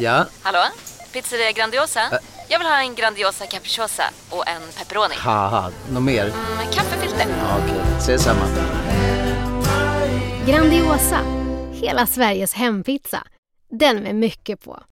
Ja? Hallå? Pizzeria Grandiosa? Jag vill ha en Grandiosa capriciosa och en pepperoni. Haha, något mer? Kaffefilter. Ja, okej, ses samma. Grandiosa, hela Sveriges hempizza. Den med mycket på.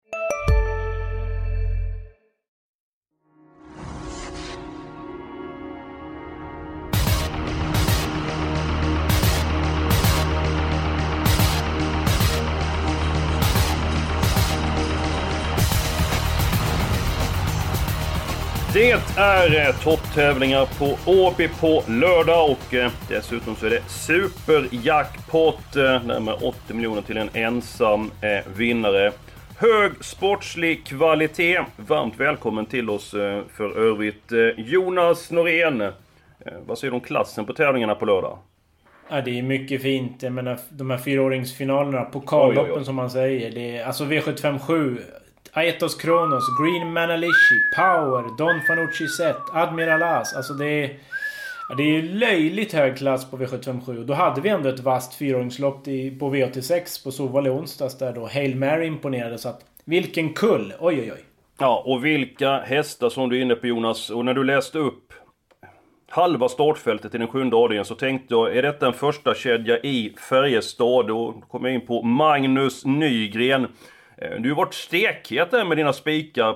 Det är topptävlingar på Åby på lördag och dessutom så är det superjackpot, närmare 80 miljoner till en ensam vinnare. Hög sportslig kvalitet. Varmt välkommen till oss för övrigt Jonas Norén. Vad säger du om klassen på tävlingarna på lördag? Ja, det är mycket fint. Jag menar, de här fyraåringsfinalerna, pokalloppen som man säger. Det är, alltså V757... Aetos Kronos, Green Manalishi, Power, Don Fanucci Set, Admiral As. Alltså det är löjligt hög klass på V757. Och då hade vi ändå ett vasst fyraåringslopp på V86 på Sovall i onsdags där då Hail Mary imponerade. Så att, vilken kull! Oj, oj, oj. Ja, och vilka hästar som du är inne på, Jonas. Och när du läste upp halva startfältet i den 7:e avdelningen så tänkte jag, är detta en första kedja i Färjestad? Och då kom jag in på Magnus Nygren. Du har varit stekhet där med dina spikar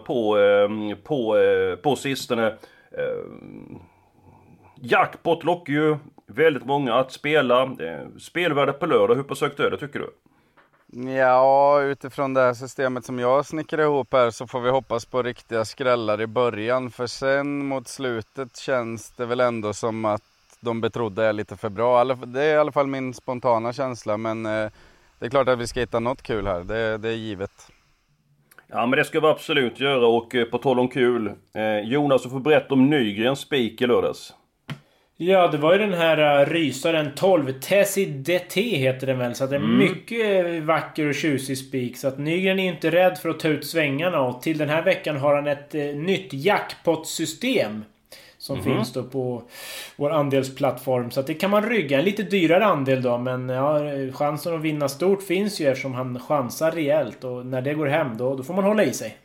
på sistone. Jackpot lockar ju väldigt många att spela. Spelvärdet på lördag, hur försökt är det tycker du? Ja, utifrån det här systemet som jag snickrar ihop här så får vi hoppas på riktiga skrällar i början. För sen mot slutet känns det väl ändå som att de betrodda är lite för bra. Det är i alla fall min spontana känsla, men det är klart att vi ska hitta något kul här, det är givet. Ja, men det ska vi absolut göra. Och på tal om kul, Jonas, du får berätta om Nygrens spik i lördags. Ja, det var ju den här rysaren 12 Tessie DT heter den väl. Så att det är mycket vacker och tjusig spik. Så att Nygren är inte rädd för att ta ut svängarna. Och till den här veckan har han ett nytt jackpot-system som finns då på vår andelsplattform. Så att det kan man rygga. En lite dyrare andel då. Men ja, chansen att vinna stort finns ju eftersom han chansar rejält. Och när det går hem då får man hålla i sig.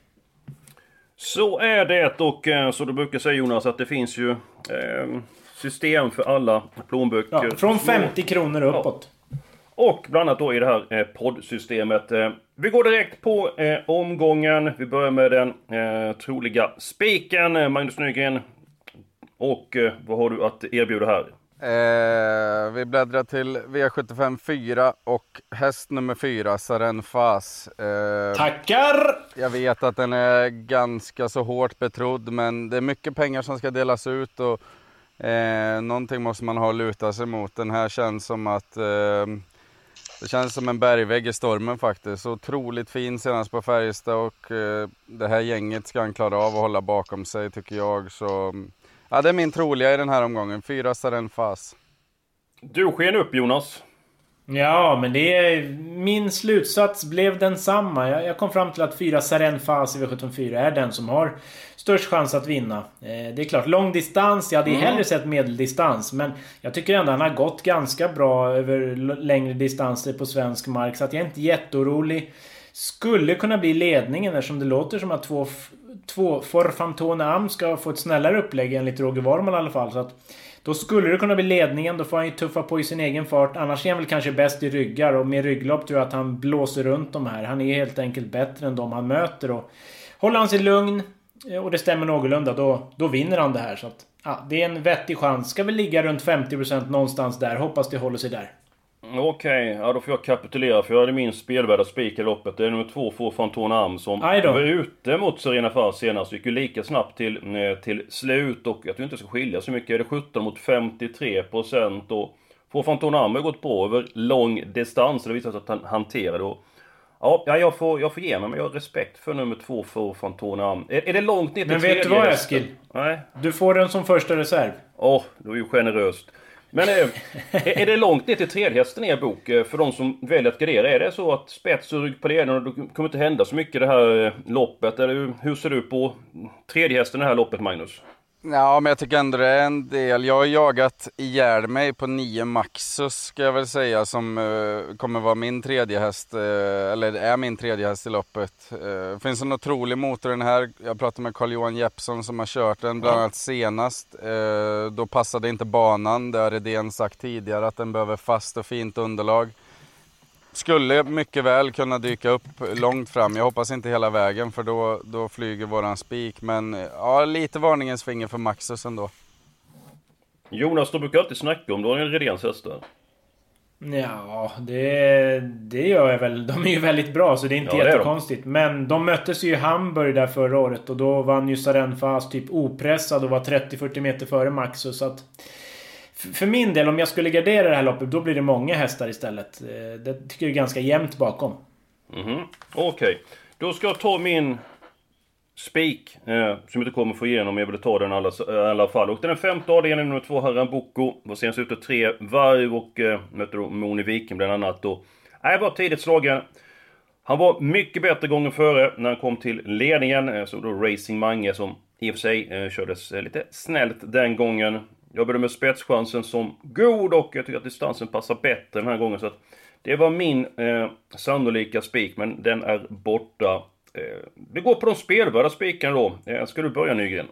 Så är det. Och så du brukar säga, Jonas, att det finns ju system för alla plånböcker. Ja, från 50 kronor uppåt. Ja. Och bland annat då i det här poddsystemet. Vi går direkt på omgången. Vi börjar med den troliga spiken. Magnus Nygren. Och vad har du att erbjuda här? Vi bläddrar till V75 4 och häst nummer 4, Saren Fas. Tackar! Jag vet att den är ganska så hårt betrodd, men det är mycket pengar som ska delas ut och någonting måste man ha att luta sig mot. Den här känns som att det känns som en bergvägg i stormen faktiskt. Så otroligt fin senast på Färjestad och det här gänget ska han klara av att hålla bakom sig tycker jag. Så ja, det är min troliga i den här omgången. 4 Saren Fas. Du sken upp, Jonas. Ja, men min slutsats blev densamma. Jag kom fram till att 4 Saren Fas i V74 är den som har störst chans att vinna. Det är klart, lång distans. Jag hade hellre sett medeldistans. Men jag tycker ändå han har gått ganska bra över längre distanser på svensk mark. Så att jag är inte jätteorolig. Skulle kunna bli ledningen eftersom det låter som att två Forfantone Am ska få ett snällare upplägg enligt Roger Warman i alla fall. Så att då skulle det kunna bli ledningen. Då får han ju tuffa på i sin egen fart. Annars är han väl kanske bäst i ryggar. Och med rygglopp tror jag att han blåser runt de här. Han är helt enkelt bättre än de han möter. Och håller han sig lugn och det stämmer någorlunda, då vinner han det här. Så att, ja, det är en vettig chans. Ska väl ligga runt 50% någonstans där. Hoppas det håller sig där. Okej, ja, då får jag kapitulera för jag hade min spelvärda spik i loppet. Det är nummer 2 för Fantone Am som var ute mot Serena Fars senast. Gick ju lika snabbt till slut och jag tror inte det ska skilja så mycket. Är det 17 mot 53% och för Fantone Am har gått bra över lång distans. Det visar sig att han hanterade och ja, jag får ge mig, men jag har respekt för nummer 2 för Fantone Am. Är det långt ner till men vet du vad, Eskil? Nej. Du får den som första reserv. Det är ju generöst. Men är det långt ner till tredje hästen i er bok för de som väljer att gardera? Är det så att spets och rygg på det och det kommer inte hända så mycket det här loppet? Eller hur ser du på tredje hästen i det här loppet, Magnus? Ja, men jag tycker ändå det är en del. Jag har jagat ihjäl mig på 9 Maxus, ska jag väl säga, som kommer vara min tredje häst, eller är min tredje häst i loppet. Det finns en otrolig motor den här. Jag pratade med Carl-Johan Jeppsson som har kört den bland annat senast. Då passade inte banan, det har Redén sagt tidigare, att den behöver fast och fint underlag. Skulle mycket väl kunna dyka upp långt fram. Jag hoppas inte hela vägen, för då flyger våran spik. Men ja, lite varningens finger för Maxus ändå. Jonas, du brukar alltid snacka om Daniel Redéns hästar. Ja, det gör jag väl. De är ju väldigt bra, så det är inte jättekonstigt. Men de möttes ju i Hamburg där förra året. Och då vann ju Sarenfas typ opressad och var 30-40 meter före Maxus. Så att för min del, om jag skulle gardera det här loppet, då blir det många hästar istället. Det tycker jag är ganska jämnt bakom. Okej. Då ska jag ta min spik, som inte kommer få igenom. Jag vill ta den i alla fall. Och den 5:e avdelningen, nummer 2, Haram Boko. Var senast ute 3 varv och mötte då Moni Viking bland annat. Jag var tidigt slagen. Han var mycket bättre gången före när han kom till ledningen. Så då Racing Mange, som i och för sig kördes lite snällt den gången. Jag började med spetschansen som god, och jag tycker att distansen passar bättre den här gången. Så att det var min sannolika spik, men den är borta. Vi går på de spelvärda spikarna då. Ska du börja, Nygren?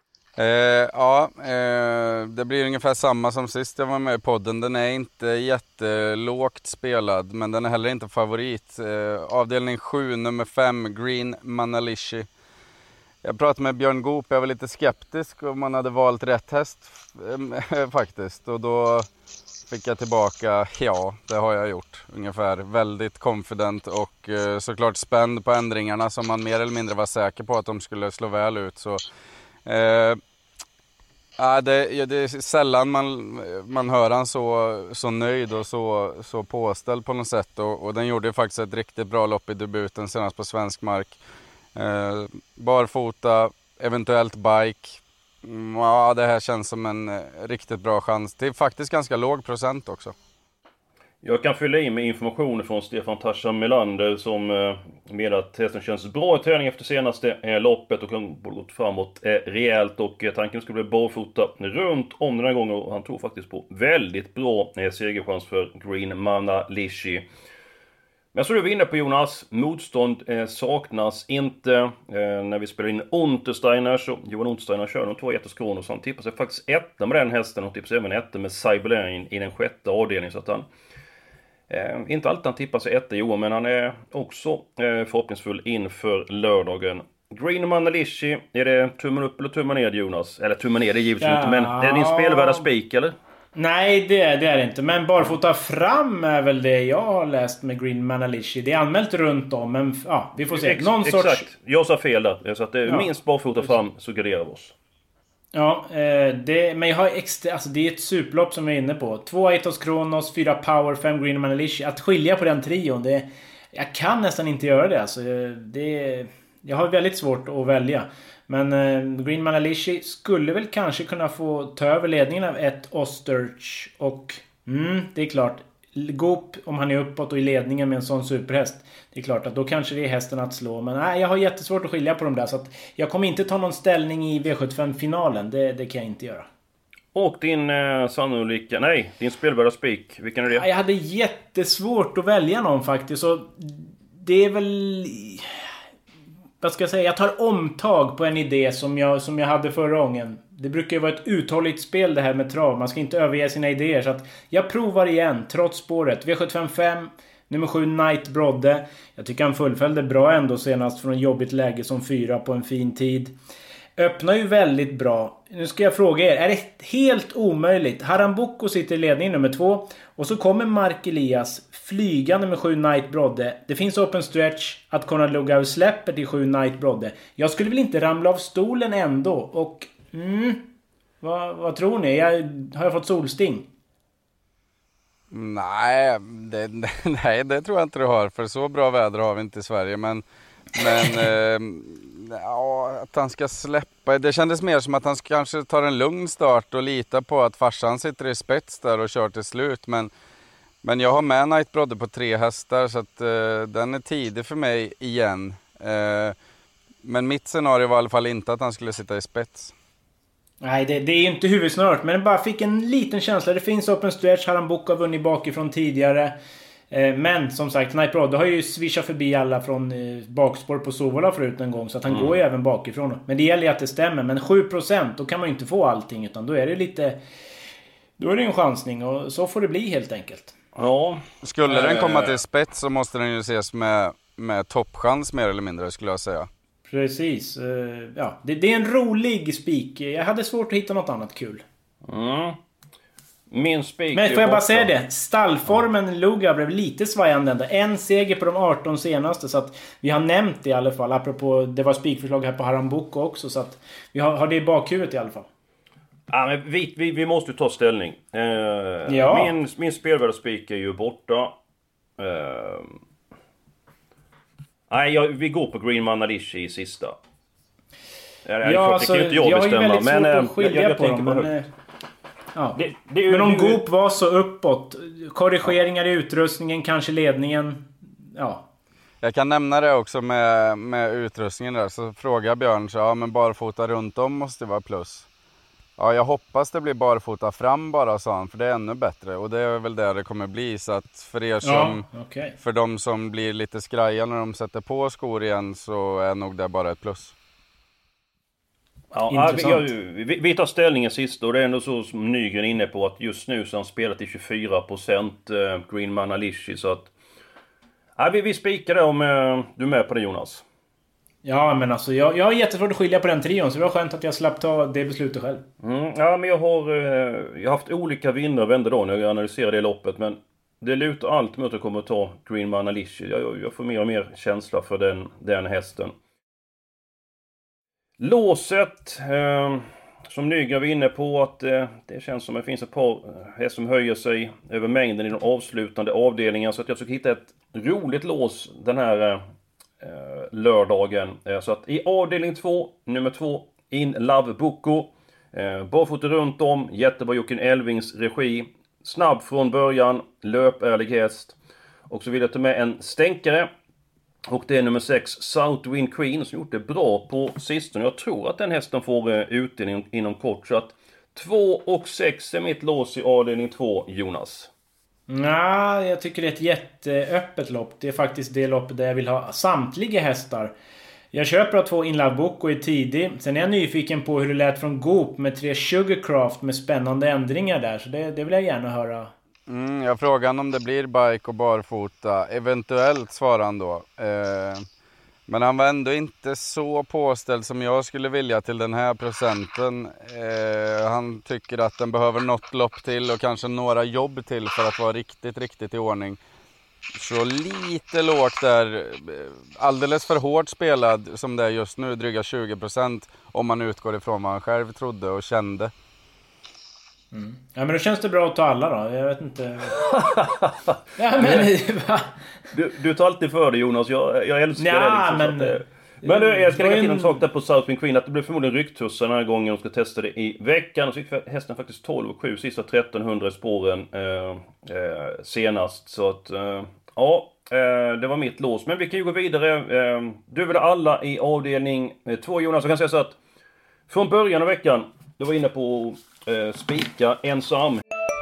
Det blir ungefär samma som sist jag var med i podden. Den är inte jättelågt spelad, men den är heller inte favorit. Avdelning 7, nummer 5, Green Manalishi. Jag pratade med Björn Goop, jag var lite skeptisk om man hade valt rätt häst faktiskt. Och då fick jag tillbaka, ja, det har jag gjort ungefär. Väldigt confident och såklart spänd på ändringarna som man mer eller mindre var säker på att de skulle slå väl ut. Så det är sällan man hör han så nöjd och så påställd på något sätt. Och den gjorde faktiskt ett riktigt bra lopp i debuten senast på svensk mark. Barfota, eventuellt bike. Det här känns som en riktigt bra chans. Det är faktiskt ganska låg procent också. Jag kan fylla i med information från Stefan Tarzan Melander som menar att hästen känns bra i träning efter senaste loppet och har gått framåt rejält, och tanken skulle bli barfota runt om den här gången, och han tror faktiskt på väldigt bra segerchans för Green Manalishi. Men så är vi inne på, Jonas, motstånd saknas inte. När vi spelar in Untersteiner, så Johan Untersteiner kör de 2 jätteskron, och så han tippar sig faktiskt etta med den hästen, och tippar sig även etta med Cyberlane i den 6:e avdelningen. Så att han inte alltid han tippar sig etta, Johan, men han är också förhoppningsfull inför lördagen. Green Manalishi, är det tummen upp eller tummen ner, Jonas? Eller tummen ner, det är givetvis inte, men är det din spelvärda spik, eller? Nej, det är det inte. Men barfota fram är väl det jag har läst med Green Manalishi. Det är anmält runt om, men ja, vi får se. Exakt, jag sa fel där. Så att det är minst barfota fram, så garderar vi oss. Ja, men jag har extra, alltså det är ett superlopp som jag är inne på. 2 Atos Kronos, 4 Power, 5 Green Manalishi. Att skilja på den trion, jag kan nästan inte göra det. Alltså, jag har väldigt svårt att välja. Men Green Manalishi skulle väl kanske kunna få ta över ledningen av ett Osterch. Och det är klart, Goop, om han är uppåt och i ledningen med en sån superhäst, det är klart att då kanske det är hästen att slå. Men nej, jag har jättesvårt att skilja på dem där. Så att jag kommer inte ta någon ställning i V75-finalen. Det kan jag inte göra. Och din din spelvärda spik, vilken är det? Jag hade jättesvårt att välja någon faktiskt. Så det är väl... Vad ska jag säga? Jag tar omtag på en idé som jag hade förra gången. Det brukar ju vara ett uthålligt spel det här med trav. Man ska inte överge sina idéer. Så att jag provar igen, trots spåret. V75, nummer 7, Night Brodde. Jag tycker han fullföljde bra ändå senast från en jobbigt läge som 4 på en fin tid. Öppnar ju väldigt bra. Nu ska jag fråga er, är det helt omöjligt? Haram Boko sitter i ledning nummer 2. Och så kommer Mark Elias flygande med 7 Night Brodde. Det finns open stretch att Conrad Lugauer släpper till 7 Night Brodde. Jag skulle väl inte ramla av stolen ändå. Och vad tror ni? Har jag fått solsting? Nej, det tror jag inte du har. För så bra väder har vi inte i Sverige. Men att han ska släppa. Det kändes mer som att han kanske tar en lugn start och litar på att farsan sitter i spets där och kör till slut. Men jag har med Night Brodde på 3 hästar, så att den är tidig för mig igen. Men mitt scenario var i alla fall inte att han skulle sitta i spets. Nej, det är ju inte huvudsnöret, men bara fick en liten känsla. Det finns open stretch, Harambuco har vunnit bakifrån tidigare. Men som sagt, Sniper Odd har ju swishat förbi alla från bakspår på Sovola förut en gång. Så att han går ju även bakifrån. Men det gäller ju att det stämmer. Men 7%, då kan man ju inte få allting. Utan då är det lite... Då är det en chansning och så får det bli helt enkelt. Ja. Skulle den komma till spets så måste den ju ses med toppchans mer eller mindre, skulle jag säga. Precis. Ja, det är en rolig spik. Jag hade svårt att hitta något annat kul. Min spik. Men får jag bara säga det? Stallformen Luga blev lite svajande ändå. En seger på de 18 senaste. Så att vi har nämnt det i alla fall. Apropå, det var spikförslag här på Harambuco också. Så att vi har det i bakhuvudet i alla fall. Ja, men vi måste ju ta ställning. Ja. Min spelvärda spik är ju borta. Nej, vi går på Green Manalishi i sista. Jag kan ju inte jag bestämma. Jag är väldigt svårt att skilja på dem. Men, ja. Men om Goop var så uppåt. Korrigeringar i utrustningen, kanske ledningen. Ja. Jag kan nämna det också med utrustningen där. Så frågar Björn så, ja men barfota runt om måste vara plus. Ja, jag hoppas det blir barfota fram bara, sa han, för det är ännu bättre. Och det är väl där det kommer bli. Så att för er som, för de som blir lite skraja när de sätter på skor igen, så är nog det bara ett plus. Ja, vi tar ställningen sist, och det är ändå så som Nygren är inne på, att just nu så har han spelat i 24% Green Manalishi, så att vi spikar det om du är med på det, Jonas. Ja, men alltså jag har jättesvårt att skilja på den trion, så det var skönt att jag slapp ta det beslutet själv. Ja, men jag har haft olika vinnare och vänner då när jag analyserar det loppet, men det lutar allt mot att jag kommer att ta Green Manalishi. Jag får mer och mer känsla för den hästen. Låset, som Nygren var inne på, att det känns som att det finns ett par hästar som höjer sig över mängden i de avslutande avdelningarna, så att jag ska hitta ett roligt lås den här lördagen. Så att i avdelning 2, nummer 2, In Love Boko, barfota runt om, jättebra Jochen Elvings regi, snabb från början, löpärlig häst. Och så vill jag ta med en stänkare, och det är nummer 6, Southwind Queen, som gjort det bra på sistone. Jag tror att den hästen får utdelning inom kort, så att 2 och 6 är mitt lås i avdelning 2, Jonas. Nej, jag tycker det är ett jätteöppet lopp. Det är faktiskt det loppet där jag vill ha samtliga hästar. Jag köper att 2 In Love Boko är tidig. Sen är jag nyfiken på hur det lät från Goop med 3 Sugarcraft med spännande ändringar där. Så det vill jag gärna höra. Jag frågar om det blir bike och barfota. Eventuellt, svarar han då. Men han var ändå inte så påställd som jag skulle vilja till den här procenten. Han tycker att den behöver något lopp till och kanske några jobb till för att vara riktigt, riktigt i ordning. Så lite lågt där. Alldeles för hårt spelad som det är just nu, dryga 20%. Om man utgår ifrån vad han själv trodde och kände. Ja, men då känns det bra att ta alla då. Jag vet inte. Ja, men du tar alltid för det, Jonas. Jag älskar det liksom, men jag ska lägga till en sak där på Southwind Queen, att det blev förmodligen rycktuss den här gången de ska testa det i veckan. Och så gick hästen faktiskt 12,7 sista 1300 i spåren senast. Så att det var mitt lås. Men vi kan ju gå vidare. Du vill alla i avdelning 2, Jonas. Jag kan säga så att från början av veckan, du var inne på spika ensam.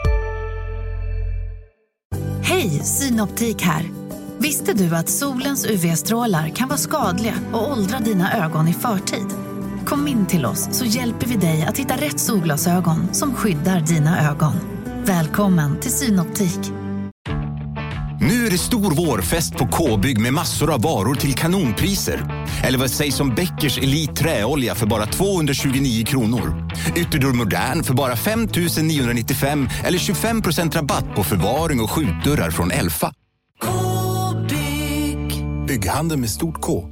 Hej, Synoptik här. Visste du att solens UV-strålar kan vara skadliga och åldra dina ögon i förtid? Kom in till oss så hjälper vi dig att hitta rätt solglasögon som skyddar dina ögon. Välkommen till Synoptik. Nu är det stor vårfest på K-bygg med massor av varor till kanonpriser. Eller vad sägs om Bäckers Elite träolja för bara 229 kronor. Ytterdörr Modern för bara 5 995 eller 25% rabatt på förvaring och skjutdörrar från Elfa. K-bygg. Bygghandel med stort K.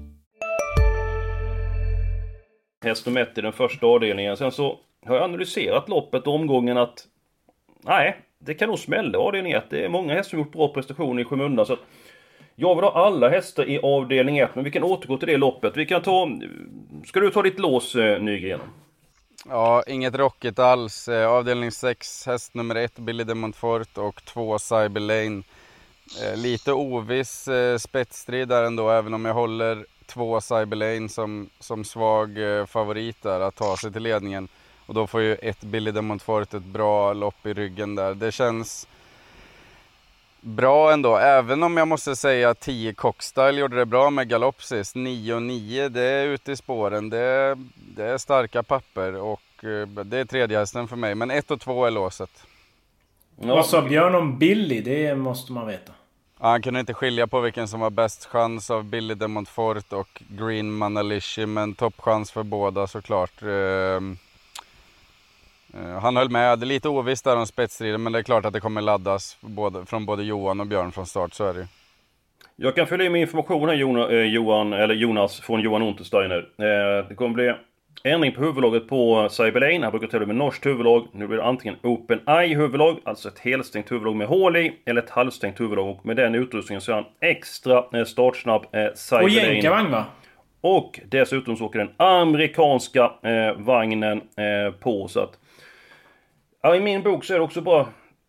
Häst nummer 1 i den första avdelningen. Sen så har jag analyserat loppet och omgången att det kan nog smälla avdelning 1. Det är många hästar som gjort bra prestationer i skymundan, så att jag vill ha alla hästar i avdelning 1, men vi kan återgå till det loppet. Vi kan ska du ta ditt lås, Nygren? Ja, inget rocket alls. Avdelning 6, häst nummer 1, Billy de Montfort, och 2, Cyber Lane. Lite oviss spetsstrid där ändå, även om jag håller 2, Cyber Lane som svag favorit där att ta sig till ledningen. Och då får ju ett Billy de Montfort ett bra lopp i ryggen där. Det känns bra ändå, även om jag måste säga att 10 Cockstyle gjorde det bra med galopp sist. 9 och 9, det är ute i spåren, det är starka papper och det är tredje hästen för mig. Men 1 och 2 är låset. Ja. Vad sa Björn om Billy? Det måste man veta. Ja, han kunde inte skilja på vilken som var bäst chans av Billy de Montfort och Green Manalishi, men toppchans för båda såklart. Han höll med, det är lite ovisst där om spetsstriden, men det är klart att det kommer laddas från både Johan och Björn från start, så är det. Jag kan fylla in med information här, Jonas från Johan Untersteiner. Det kommer bli ändring på huvudlaget på Cyberlane. Han brukar tävla med norskt huvudlag. Nu blir det antingen Open Eye huvudlag, alltså ett helstängt huvudlag med hål i, eller ett halvstängt huvudlag. Och med den utrustningen så är han extra startsnabb Cyberlane. Och jänkarvagn, va? Och dessutom så åker den amerikanska vagnen på, så att ja, i min bok så är det också bra.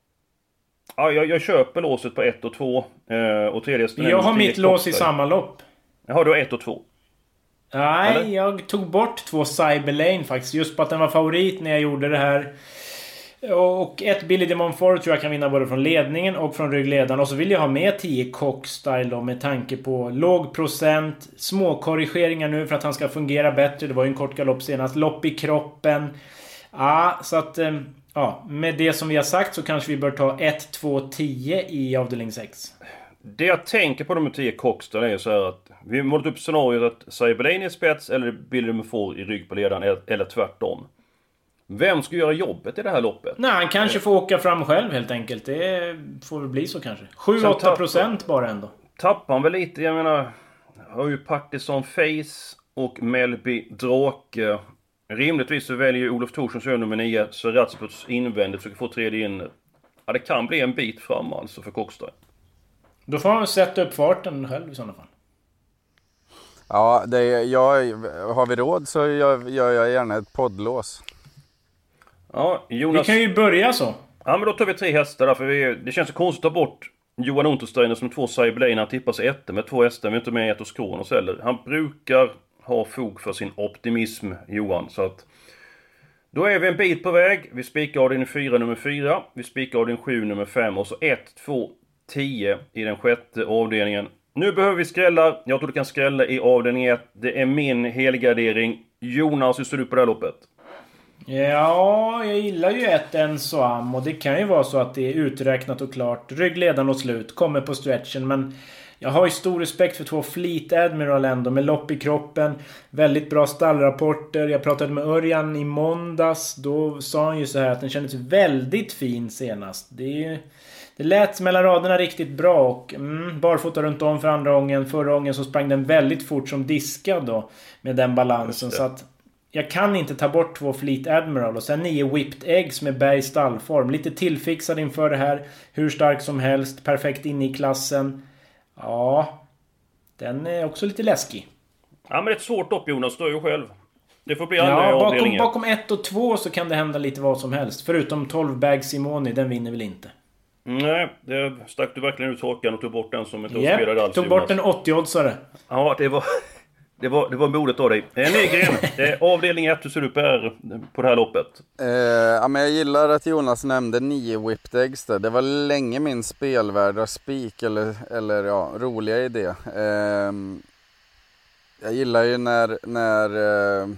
Ja, jag köper låset på 1 och 2 och tredje. Jag har mitt lås i samma lopp. Jaha, du har 1 och 2. Nej, eller? Jag tog bort 2 Cyberlane faktiskt. Just på att den var favorit när jag gjorde det här. Och ett Billy de Montfort tror jag kan vinna både från ledningen och från ryggledaren. Och så vill jag ha med 10 Cockstyle då, med tanke på låg procent, små korrigeringar nu för att han ska fungera bättre. Det var ju en kort galopp senast. Lopp i kroppen. Ja, så att ja, med det som vi har sagt så kanske vi bör ta 1, 2, 10 i avdelning 6. Det jag tänker på de 10 Cockstyle är så här att vi har målat upp scenariot att Cyberlane är spets eller Billy de Montfort i rygg på ledaren eller tvärtom. Vem ska göra jobbet i det här loppet? Nej, han kanske får åka fram själv helt enkelt. Det får väl bli så kanske. 7-8% bara ändå. Tappar han väl lite, jag menar, har ju Partizan Face och Melby Drake. Rimligtvis så väljer Olof Thorsson som nummer 9, så Ratsputs invändigt så kan få tredje in. Ja, det kan bli en bit fram alltså för Cockstyle. Då får han sätta upp farten själv i sådana fall. Ja, har vi råd så gör jag gärna ett poddlås. Ja, Jonas... Vi kan ju börja så. Ja, men då tar vi 3 hästar där, för det känns så konstigt att ta bort Johan Untersteiner som 2 Cyberlane. Han tippar sig 1 med 2 hästar, men inte med 1 hos Kronos heller. Han brukar ha fog för sin optimism, Johan, så att då är vi en bit på väg. Vi spikar avdelning 4 nummer 4, vi spikar avdelning 7 nummer 5 och så 1, 2, 10 i den 6:e avdelningen. Nu behöver vi skrällar. Jag tror du kan skrälla i avdelning 1. Det är min helgardering. Jonas, hur står du på det här loppet? Ja, jag gillar ju ett ensam och det kan ju vara så att det är uträknat och klart. Ryggledaren och slut, kommer på stretchen, men jag har ju stor respekt för 2 Fleet Admiral ändå med lopp i kroppen. Väldigt bra stallrapporter. Jag pratade med Örjan i måndags. Då sa han ju så här att den kändes väldigt fin senast. Det lät mellan raderna riktigt bra och barfota runt om för andra gången. Förra gången så sprang den väldigt fort som diskad då med den balansen. Så att jag kan inte ta bort 2 Fleet Admiral. Och sen 9 Whipped Eggs med Bergs stallform. Lite tillfixad inför det här. Hur stark som helst. Perfekt inne i klassen. Ja, den är också lite läskig. Ja, men det är ett svårt lopp, Jonas, står ju själv. Det får bli andra i avdelningen. Bakom 1 och 2 så kan det hända lite vad som helst. Förutom 12 Bag Simoni, den vinner väl inte. Nej, det stack du verkligen ut hakan och tog bort den som inte spelade alls. Tog bort en 80-oddsare. Ja, det var modet av dig. Nygren, avdelning 1, hur ser du på det här loppet? Ja, men jag gillar att Jonas nämnde 9 Whipped Eggs där. Det var länge min spelvärda spik eller ja, roliga idé. Jag gillar ju när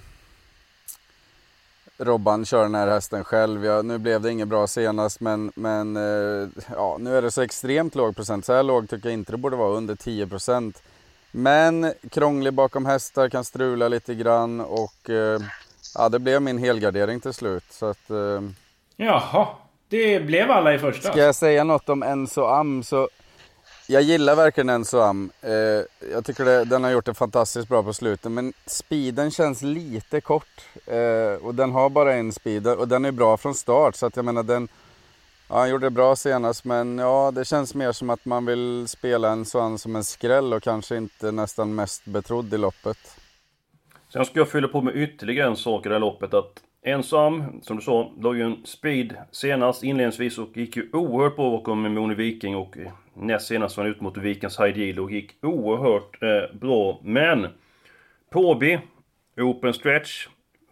Robban kör den här hästen själv. Nu blev det inget bra senast, men ja, nu är det så extremt låg procent. Så här låg tycker jag inte det borde vara, under 10%. Men krånglig bakom hästar, kan strula lite grann och ja, det blev min helgardering till slut. Så att, jaha, det blev alla i första. Ska jag säga något om Enzo Am så... Jag gillar verkligen Enzo Am. Jag tycker den har gjort det fantastiskt bra på slutet. Men speeden känns lite kort. Och den har bara en speed. Och den är bra från start. Så att jag menar ja, han gjorde det bra senast. Men ja, det känns mer som att man vill spela Enzo Am som en skräll. Och kanske inte nästan mest betrodd i loppet. Sen ska jag fylla på med ytterligare en sak i det här loppet. Att Ensam, som du sa, låg ju en speed senast inledningsvis och gick ju oerhört bra bakom Moni Viking, och näst senast var han ut mot Vikings High Deal och gick oerhört bra. Men Påby, Open Stretch,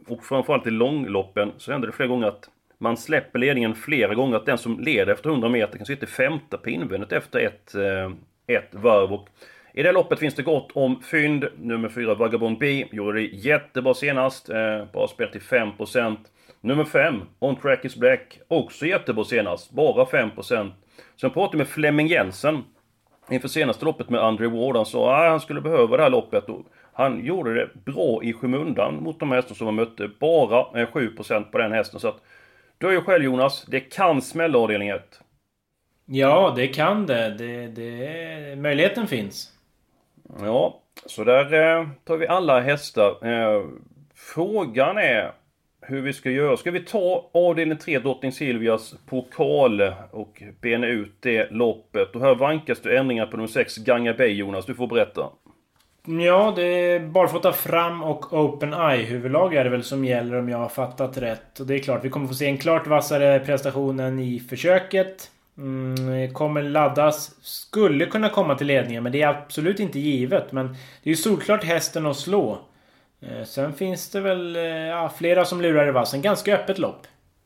och framförallt i långloppen så händer det flera gånger att man släpper ledningen flera gånger, att den som leder efter 100 meter kan sitta i femte på invändet efter ett varv. Och i det loppet finns det gott om fynd. Nummer 4 Vagabond B gjorde det jättebra senast, bara spel till 5%. Nummer 5 On Track Is Black också jättebra senast, bara 5%. Sen pratade med Flemming Jensen inför senaste loppet med Andrew Ward. Han sa att han skulle behöva det här loppet, och han gjorde det bra i skymundan mot de hästar som han mötte, bara 7% på den hästen. Så att du är ju själv, Jonas, det kan smälla avdelning 1. Ja, det kan det. Möjligheten finns. Ja, så där tar vi alla hästar. Frågan är hur vi ska göra. Ska vi ta avdelning 3 Drottning Silvias pokal och bena ut det loppet? Och här vankas du ändringar på nummer 6 Ganga Bay, Jonas. Du får berätta. Ja, det är barfota fram och open eye huvudlag är det väl som gäller, om jag har fattat rätt. Och det är klart, vi kommer få se en klart vassare prestationen i försöket. Kommer laddas, skulle kunna komma till ledningen, men det är absolut inte givet. Men det är ju solklart hästen att slå. Sen finns det väl flera som lurar i vassen. Ganska öppet lopp.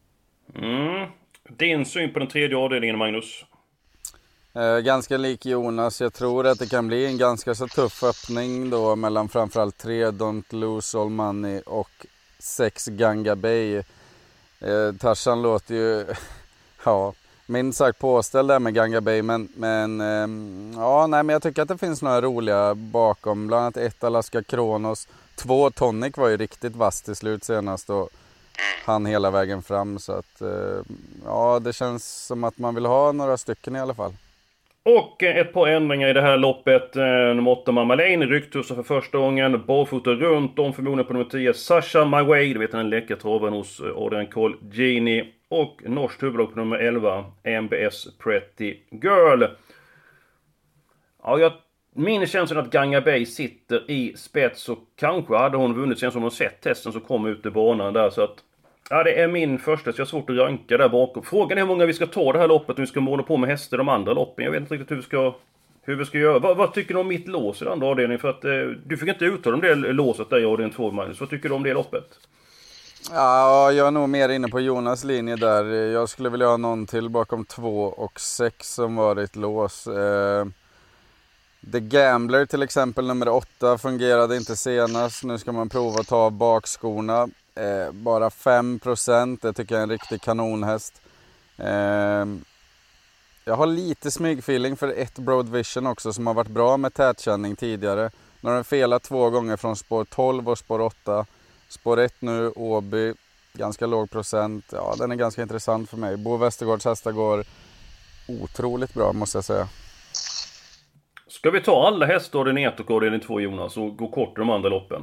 Din syn på den tredje avdelningen, Magnus? Ganska lik Jonas. Jag tror att det kan bli en ganska så tuff öppning då mellan framförallt 3 Don't Lose All Money och 6 Ganga Bay. Tarzan låter ju minst sagt påställd där med Ganga Bay, men jag tycker att det finns några roliga bakom, bland annat 1 Alaska Kronos. 2 Tonic var ju riktigt vass till slut senast och han hela vägen fram, så att det känns som att man vill ha några stycken i alla fall. Och ett par ändringar i det här loppet. Nummer 8 Mamma Lane rycktussar för första gången, barfota runt om, förmodligen på nummer 10 Sasha My Way, du vet den läckra traven hos Adrian Cole Genie, och norskt huvudlag på nummer 11 MBS Pretty Girl. Ja, min känsla är att Ganga Bay sitter i spets, och kanske hade hon vunnit sen som hon sett testen som kom ut i banan där, så att det är min första, så jag har svårt att ranka där bakom. Frågan är hur många vi ska ta det här loppet, om vi ska måla på med hästar de andra loppen. Jag vet inte riktigt hur vi ska göra. Vad tycker du om mitt lås i den andra avdelningen? För att du fick inte uttala om det låset där i avdelning 2, Magnus. Vad tycker du om det loppet? Ja, jag är nog mer inne på Jonas linje där. Jag skulle vilja ha någon till bakom 2 och 6 som var ett lås. The Gambler till exempel, nummer 8, fungerade inte senast. Nu ska man prova att ta av bakskorna. Bara 5%, det tycker jag är en riktig kanonhäst. Jag har lite smygfeeling för 1 Broad Vision också, som har varit bra med tätkänning tidigare. Nu har den felat 2 gånger från spår 12 och spår 8. Spår 1 nu, Åby, ganska låg procent. Ja, den är ganska intressant för mig. Bo Westergaards hästar går otroligt bra, måste jag säga. Ska vi ta alla hästar avdelning 1 och avdelning 2, Jonas, och gå kort i de andra loppen?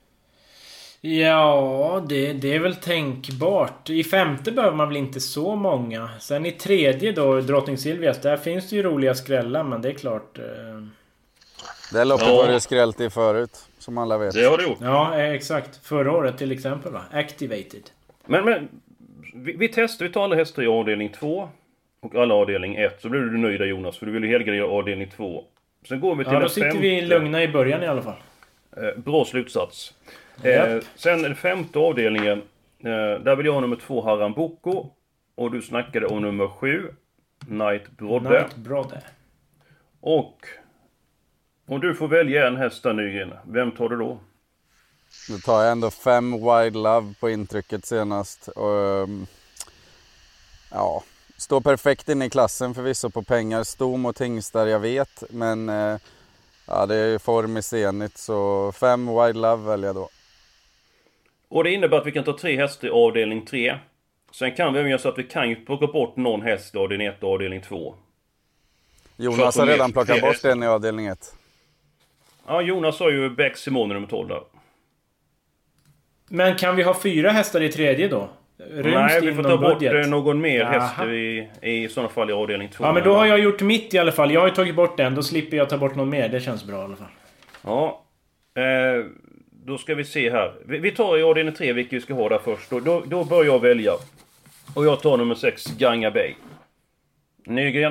Ja, det är väl tänkbart. I femte behöver man väl inte så många. Sen i tredje då, Drottning Silvias, där finns det ju roliga skrällar, men det är klart. Det loppet var det skrällt i förut, som alla vet. Det har det gjort. Ja, exakt. Förra året till exempel, va? Activated. Men vi testar, vi tar alla hästar i avdelning 2 och alla avdelning 1, så blir du nöjd, Jonas, för du vill ju helgardera avdelning 2. Sen går vi till då sitter vi lugna i början i alla fall. Bra slutsats. Yep. Sen den femte avdelningen, där vill jag ha nummer 2 Haram Boko, och du snackade om nummer 7 Night Brodde. Och om du får välja en häst där, Nygren, vem tar du då? Nu tar jag ändå 5 Wild Love på intrycket senast. Och, står perfekt in i klassen förvisso på pengar. Stom och Tingstar, jag vet. Men det är ju form i Zenit, så 5 Wild Love väljer jag då. Och det innebär att vi kan ta 3 hästar i avdelning 3. Sen kan vi göra så att vi kan ju plocka bort någon häst i avdelning 1 och avdelning 2. Jonas har redan plockat bort en i avdelning 1. Ja, Jonas har ju Beck Simone nummer 12 där. Men kan vi ha 4 hästar i tredje då? Nej, vi får ta bort någon mer häst i sådana fall i avdelning 2. Ja, men då har jag gjort mitt i alla fall. Jag har ju tagit bort den, då slipper jag ta bort någon mer. Det känns bra i alla fall. Ja, då ska vi se här. Vi tar i avdelning 3 vilka vi ska ha där först. Då börjar jag välja. Och jag tar nummer 6, Ganga Bay. Nygren.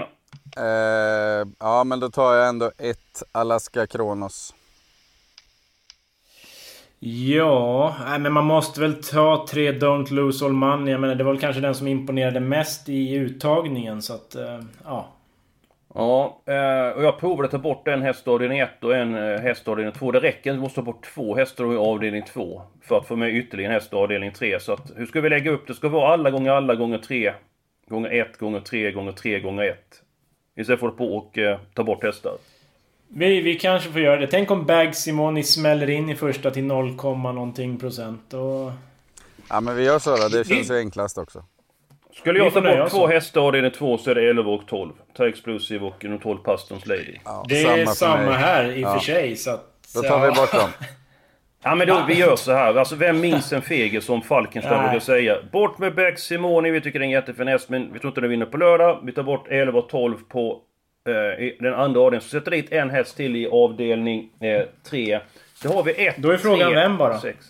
Men då tar jag ändå 1 Alaska Kronos. Ja, men man måste väl ta 3 Don't Lose All Money. Jag menar, det var väl kanske den som imponerade mest i uttagningen. Så att, ja. Ja, och jag provade att ta bort en häst avdelning 1 och en häst avdelning 2. Det räcker, du måste ta bort 2 hästar i avdelning 2 för att få med ytterligare en häst avdelning 3. Så att, hur ska vi lägga upp det? Ska vara alla gånger 3 gånger 1 gånger 3 gånger 3 gånger 1. Istället för att på och ta bort hästar. Vi kanske får göra det. Tänk om Bag Simoni smäller in i första till 0, någonting procent. Och... Ja, men vi gör så då. Det känns enklast också. Skulle jag ta bort 2 hästar och det är 2 så är det 11 och 12. Ta Explosive och de 12 Pastons Lady. Ja, det är samma här i och för sig. Så att, då tar vi bort dem. Ja, men då, vi gör så här. Alltså, vem minns en feger som Falkenstad brukar säga? Bort med Bag Simoni. Vi tycker det är en jättefin häst, men vi tror inte den vinner på lördag. Vi tar bort 11 och 12 på den andra avdelningen. Så sätter dit en häst till i avdelning 3. Så har vi 1, då är frågan 3, vem bara? 6.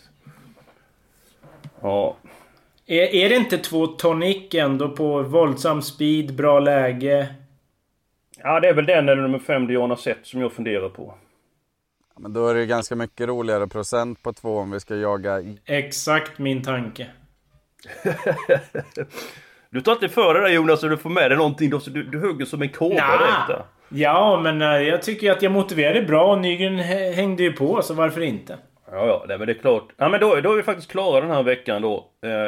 Ja. Är det inte 2 Tonic ändå på våldsam speed, bra läge? Ja, det är väl den eller nummer 5 Diana Sett som jag funderar på. Ja, men då är det ganska mycket roligare procent på 2 om vi ska jaga. Exakt min tanke. Du tar inte för dig Jonas så du får med dig någonting då, så du hugger som en kobra direkt där. Ja, men jag tycker att jag motiverade bra och Nygren hängde ju på, så varför inte? Ja, men det är klart. Ja, men då är vi faktiskt klara den här veckan då.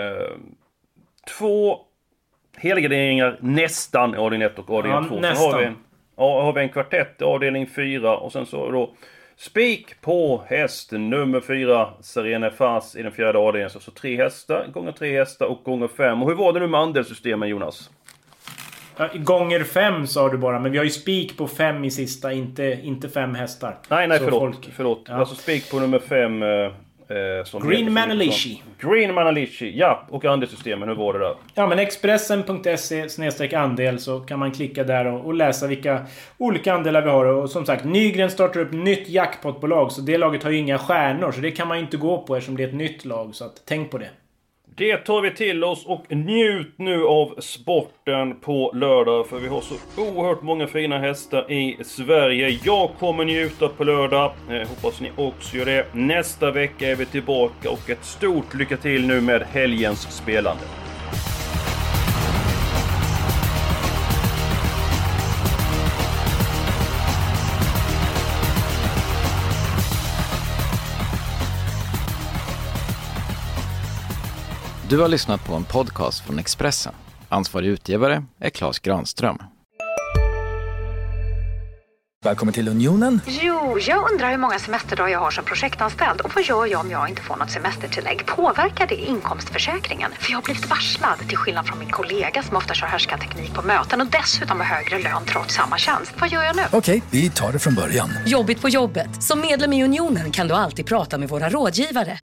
2 helgarderingar nästan avdelning 1 och avdelning 2. Nästan. Så har vi en kvartett avdelning 4 och sen så då spik på häst nummer 4 Serena Fas i den 4:e avdelningen. Så 3 hästar, gånger 3 hästar och gånger 5. Och hur var det nu med andelssystemen, Jonas? Gånger 5 sa du bara, men vi har ju spik på 5 i sista, inte 5 hästar. Nej, förlåt. Ja. Alltså spik på nummer 5 Green Manalishi. Green Manalishi, ja. Och andelssystemen, hur var det där? Ja, men Expressen.se/andel så kan man klicka där och läsa vilka olika andelar vi har. Och som sagt, Nygren startar upp nytt jackpotbolag, så det laget har ju inga stjärnor, så det kan man ju inte gå på eftersom det är ett nytt lag, så att tänk på det. Det tar vi till oss och njut nu av sporten på lördag, för vi har så oerhört många fina hästar i Sverige. Jag kommer njuta på lördag, hoppas ni också gör det. Nästa vecka är vi tillbaka och ett stort lycka till nu med helgens spelande. Du har lyssnat på en podcast från Expressen. Ansvarig utgivare är Claes Granström. Välkommen till Unionen. Jo, jag undrar hur många semesterdagar jag har som projektanställd. Och vad gör jag om jag inte får något semestertillägg? Påverkar det inkomstförsäkringen? För jag har blivit varslad, till skillnad från min kollega som ofta kör härskarteknik på möten och dessutom har högre lön trots samma tjänst. Vad gör jag nu? Okej, vi tar det från början. Jobbigt på jobbet. Som medlem i Unionen kan du alltid prata med våra rådgivare.